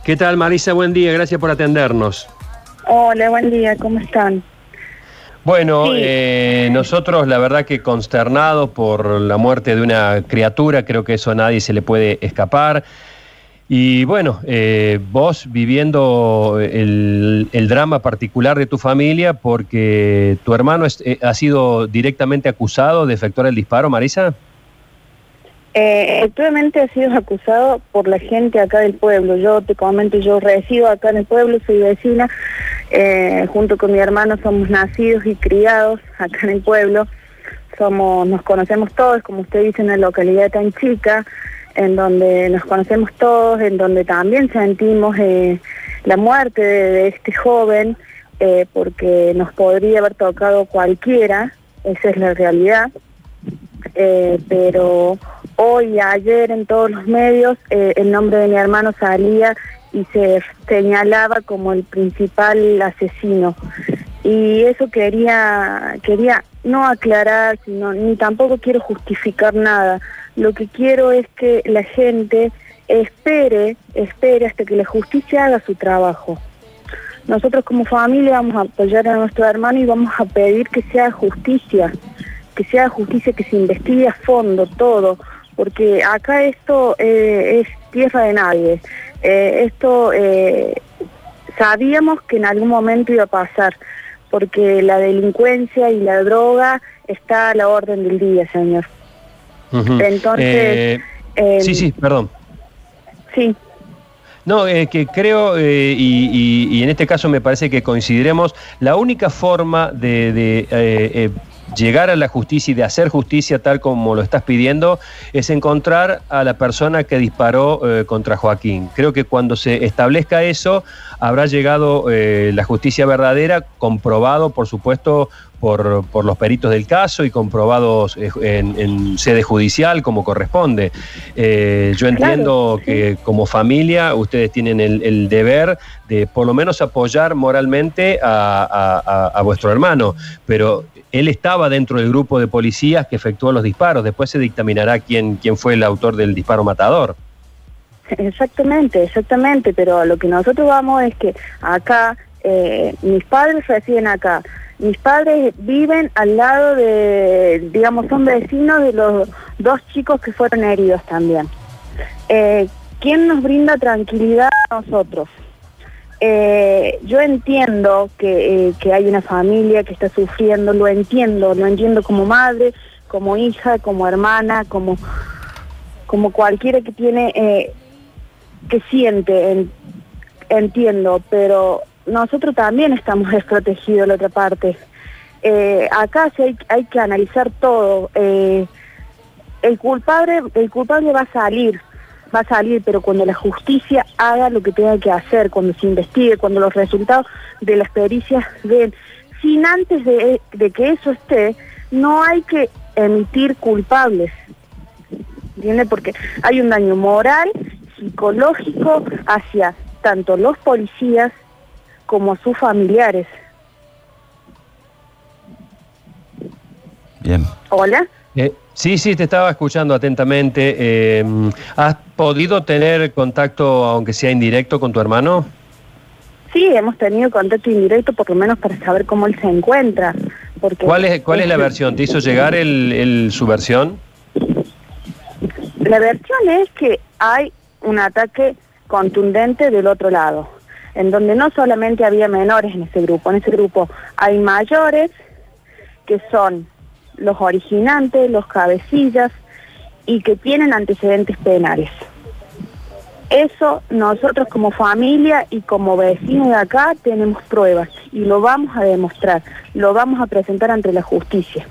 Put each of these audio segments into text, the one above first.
¿Qué tal, Marisa? Buen día, gracias por atendernos. Hola, buen día, ¿cómo están? Bueno, Sí. nosotros la verdad que consternados por la muerte de una criatura, creo que eso a nadie se le puede escapar. Y bueno, vos viviendo el drama particular de tu familia porque tu hermano ha sido directamente acusado de efectuar el disparo, Marisa. Actualmente ha sido acusado por la gente acá del pueblo. Yo te comento, yo resido acá en el pueblo, soy vecina, junto con mi hermano somos nacidos y criados acá en el pueblo. Nos conocemos todos, como usted dice, en una localidad tan chica, en donde nos conocemos todos, en donde también sentimos la muerte de este joven, porque nos podría haber tocado cualquiera, esa es la realidad. Pero hoy y ayer en todos los medios el nombre de mi hermano salía y se señalaba como el principal asesino. Y eso quería no aclarar, ni tampoco quiero justificar nada. Lo que quiero es que la gente espere hasta que la justicia haga su trabajo. Nosotros como familia vamos a apoyar a nuestro hermano y vamos a pedir que sea justicia, que se investigue a fondo todo, porque acá esto es tierra de nadie. Sabíamos que en algún momento iba a pasar, porque la delincuencia y la droga está a la orden del día, señor. Uh-huh. Entonces... sí, perdón. Sí. No, que creo, y en este caso me parece que coincidiremos, la única forma de llegar a la justicia y de hacer justicia tal como lo estás pidiendo es encontrar a la persona que disparó contra Joaquín. Creo que cuando se establezca eso habrá llegado la justicia verdadera, comprobado por supuesto por los peritos del caso y comprobados en sede judicial como corresponde. Yo entiendo que como familia ustedes tienen el deber de por lo menos apoyar moralmente a vuestro hermano, pero él estaba dentro del grupo de policías que efectuó los disparos. Después se dictaminará quién fue el autor del disparo matador. Exactamente, pero a lo que nosotros vamos es que acá, mis padres residen acá, mis padres viven al lado son vecinos de los dos chicos que fueron heridos también. ¿Quién nos brinda tranquilidad a nosotros? Yo entiendo que hay una familia que está sufriendo, lo entiendo como madre, como hija, como hermana, como cualquiera que tiene, que siente, entiendo, pero nosotros también estamos desprotegidos la otra parte. Acá sí hay que analizar todo. El culpable va a salir, pero cuando la justicia haga lo que tenga que hacer, cuando se investigue, cuando los resultados de las pericias den, sin antes de que eso esté, no hay que emitir culpables, ¿entiende? Porque hay un daño moral, psicológico hacia tanto los policías como sus familiares. Bien. ¿Hola? Sí, te estaba escuchando atentamente. ¿Has podido tener contacto, aunque sea indirecto, con tu hermano? Sí, hemos tenido contacto indirecto, por lo menos para saber cómo él se encuentra. Porque ¿Cuál es la versión? ¿Te hizo llegar su versión? La versión es que hay un ataque contundente del otro lado, en donde no solamente había menores en ese grupo hay mayores que son los originantes, los cabecillas y que tienen antecedentes penales. Eso nosotros como familia y como vecinos de acá tenemos pruebas y lo vamos a demostrar, lo vamos a presentar ante la justicia.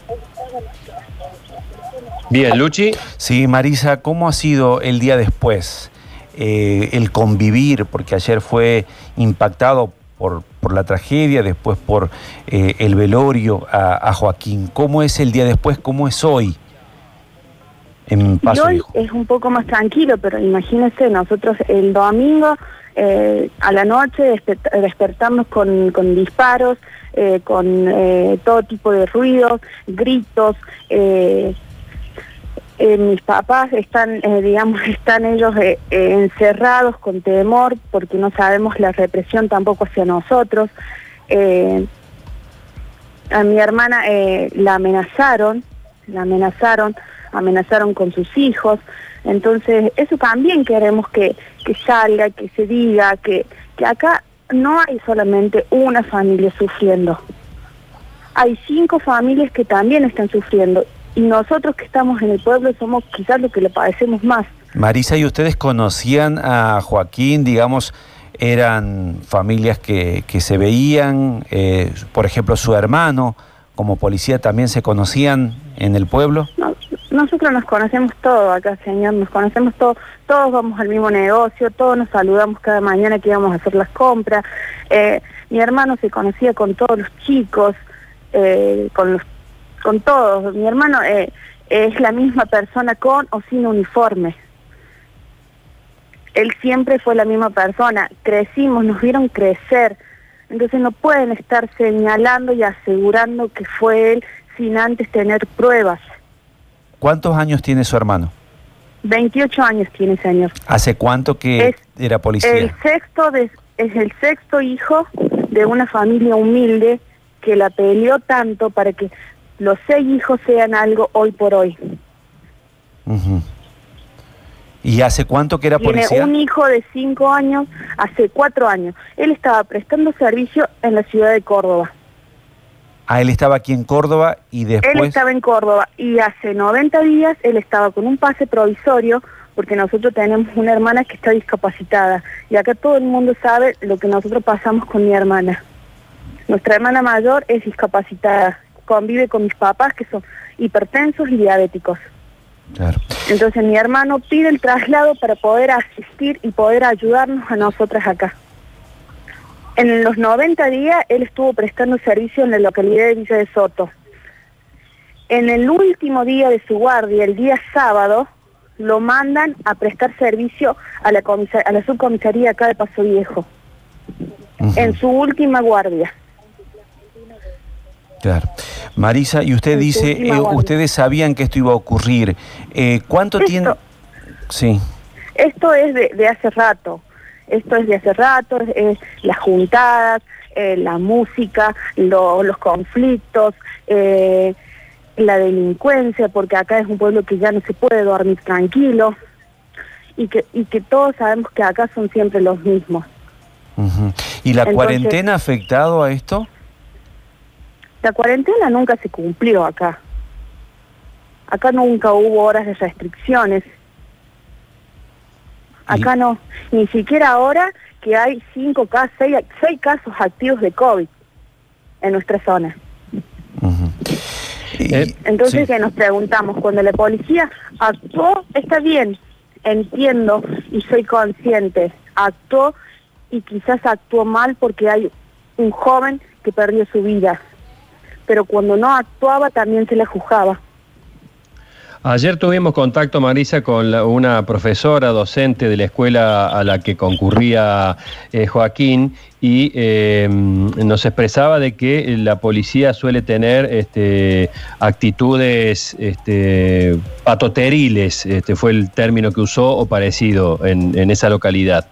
Bien, Luchi. Sí, Marisa, ¿cómo ha sido el día después? El convivir, porque ayer fue impactado por la tragedia, después por el velorio a Joaquín. ¿Cómo es el día después? ¿Cómo es hoy en Paso Hoy Viejo? es un poco más tranquilo, pero imagínense, nosotros el domingo a la noche despertamos con disparos, con todo tipo de ruidos, gritos. Mis papás están, están ellos encerrados con temor porque no sabemos la represión tampoco hacia nosotros. A mi hermana amenazaron con sus hijos. Entonces, eso también queremos que salga, que se diga, que acá no hay solamente una familia sufriendo. Hay 5 familias que también están sufriendo. Y nosotros que estamos en el pueblo somos quizás los que le padecemos más. Marisa, ¿y ustedes conocían a Joaquín? Digamos, ¿eran familias que se veían? Por ejemplo, su hermano, como policía, ¿también se conocían en el pueblo? No, nosotros nos conocemos todos acá, señor, nos conocemos todos. Todos vamos al mismo negocio, todos nos saludamos cada mañana que íbamos a hacer las compras. Mi hermano se conocía con todos los chicos, con todos. Mi hermano es la misma persona con o sin uniforme. Él siempre fue la misma persona. Crecimos, nos vieron crecer. Entonces no pueden estar señalando y asegurando que fue él sin antes tener pruebas. ¿Cuántos años tiene su hermano? 28 años tiene, señor. ¿Hace cuánto que era policía? Es el sexto hijo de una familia humilde que la peleó tanto para que los 6 hijos sean algo hoy por hoy. Uh-huh. ¿Y hace cuánto que era policía? Tiene un hijo de 5 años, hace 4 años. Él estaba prestando servicio en la ciudad de Córdoba. Ah, él estaba aquí en Córdoba y después... Él estaba en Córdoba y hace 90 días él estaba con un pase provisorio porque nosotros tenemos una hermana que está discapacitada. Y acá todo el mundo sabe lo que nosotros pasamos con mi hermana. Nuestra hermana mayor es discapacitada. Convive con mis papás que son hipertensos y diabéticos. Claro. Entonces mi hermano pide el traslado para poder asistir y poder ayudarnos a nosotras acá. En los 90 días él estuvo prestando servicio en la localidad de Villa de Soto. En el último día de su guardia, el día sábado, lo mandan a prestar servicio a la subcomisaría acá de Paso Viejo. Uh-huh. En su última guardia. Claro. Marisa, y usted dice, ustedes sabían que esto iba a ocurrir. ¿Cuánto tiempo? Sí. Esto es de hace rato. Esto es de hace rato, es las juntadas, la música, los conflictos, la delincuencia, porque acá es un pueblo que ya no se puede dormir tranquilo y que todos sabemos que acá son siempre los mismos. Uh-huh. ¿Y la cuarentena ha afectado a esto? La cuarentena nunca se cumplió acá. Acá nunca hubo horas de restricciones. Acá no. Ni siquiera ahora que hay 6 casos activos de COVID en nuestra zona. Uh-huh. Entonces, sí. Que nos preguntamos, cuando la policía actuó, está bien, entiendo y soy consciente, actuó y quizás actuó mal porque hay un joven que perdió su vida. Pero cuando no actuaba también se le juzgaba. Ayer tuvimos contacto, Marisa, con una profesora docente de la escuela a la que concurría Joaquín y nos expresaba de que la policía suele tener actitudes patoteriles, fue el término que usó o parecido en esa localidad.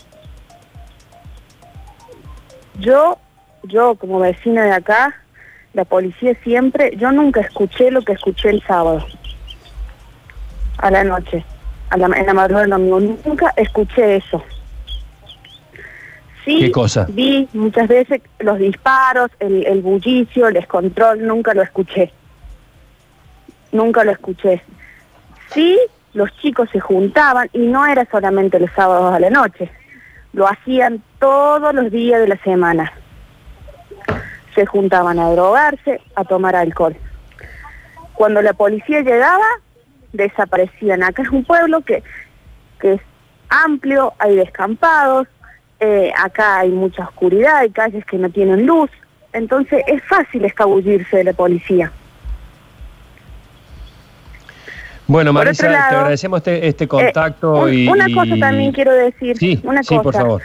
Yo como vecina de acá, la policía siempre, yo nunca escuché lo que escuché el sábado, a la noche, en la madrugada del domingo, nunca escuché eso. Sí, ¿qué cosa? Vi muchas veces los disparos, el bullicio, el descontrol, nunca lo escuché. Sí, los chicos se juntaban y no era solamente los sábados a la noche, lo hacían todos los días de la semana. Se juntaban a drogarse, a tomar alcohol. Cuando la policía llegaba, desaparecían. Acá es un pueblo que es amplio, hay descampados, acá hay mucha oscuridad, hay calles que no tienen luz, entonces es fácil escabullirse de la policía. Bueno, Marisa, te agradecemos este contacto. Una cosa también quiero decir. Sí, por favor.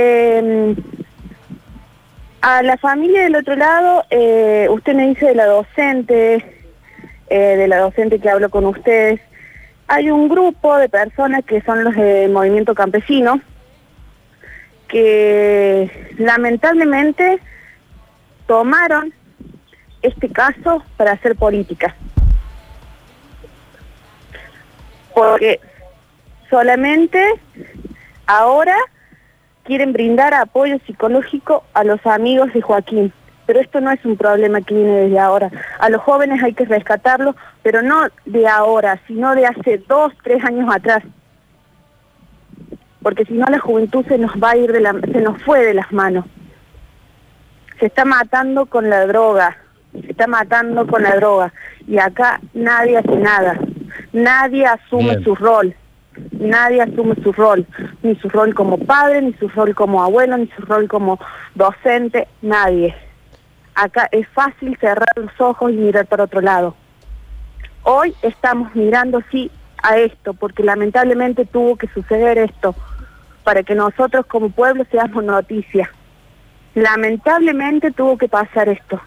A la familia del otro lado, usted me dice de la docente que habló con ustedes, hay un grupo de personas que son los del movimiento campesino que lamentablemente tomaron este caso para hacer política. Porque solamente ahora quieren brindar apoyo psicológico a los amigos de Joaquín. Pero esto no es un problema que viene desde ahora. A los jóvenes hay que rescatarlos, pero no de ahora, sino de hace 2, 3 años atrás. Porque si no la juventud se nos va a ir se nos fue de las manos. Se está matando con la droga, y acá nadie hace nada, nadie asume su rol, ni su rol como padre, ni su rol como abuelo, ni su rol como docente, nadie. Acá es fácil cerrar los ojos y mirar para otro lado. Hoy estamos mirando sí a esto, porque lamentablemente tuvo que suceder esto, para que nosotros como pueblo seamos noticia. Lamentablemente tuvo que pasar esto.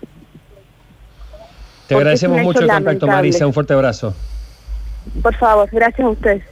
Te agradecemos mucho el contacto, Marisa. Un fuerte abrazo. Por favor, gracias a ustedes.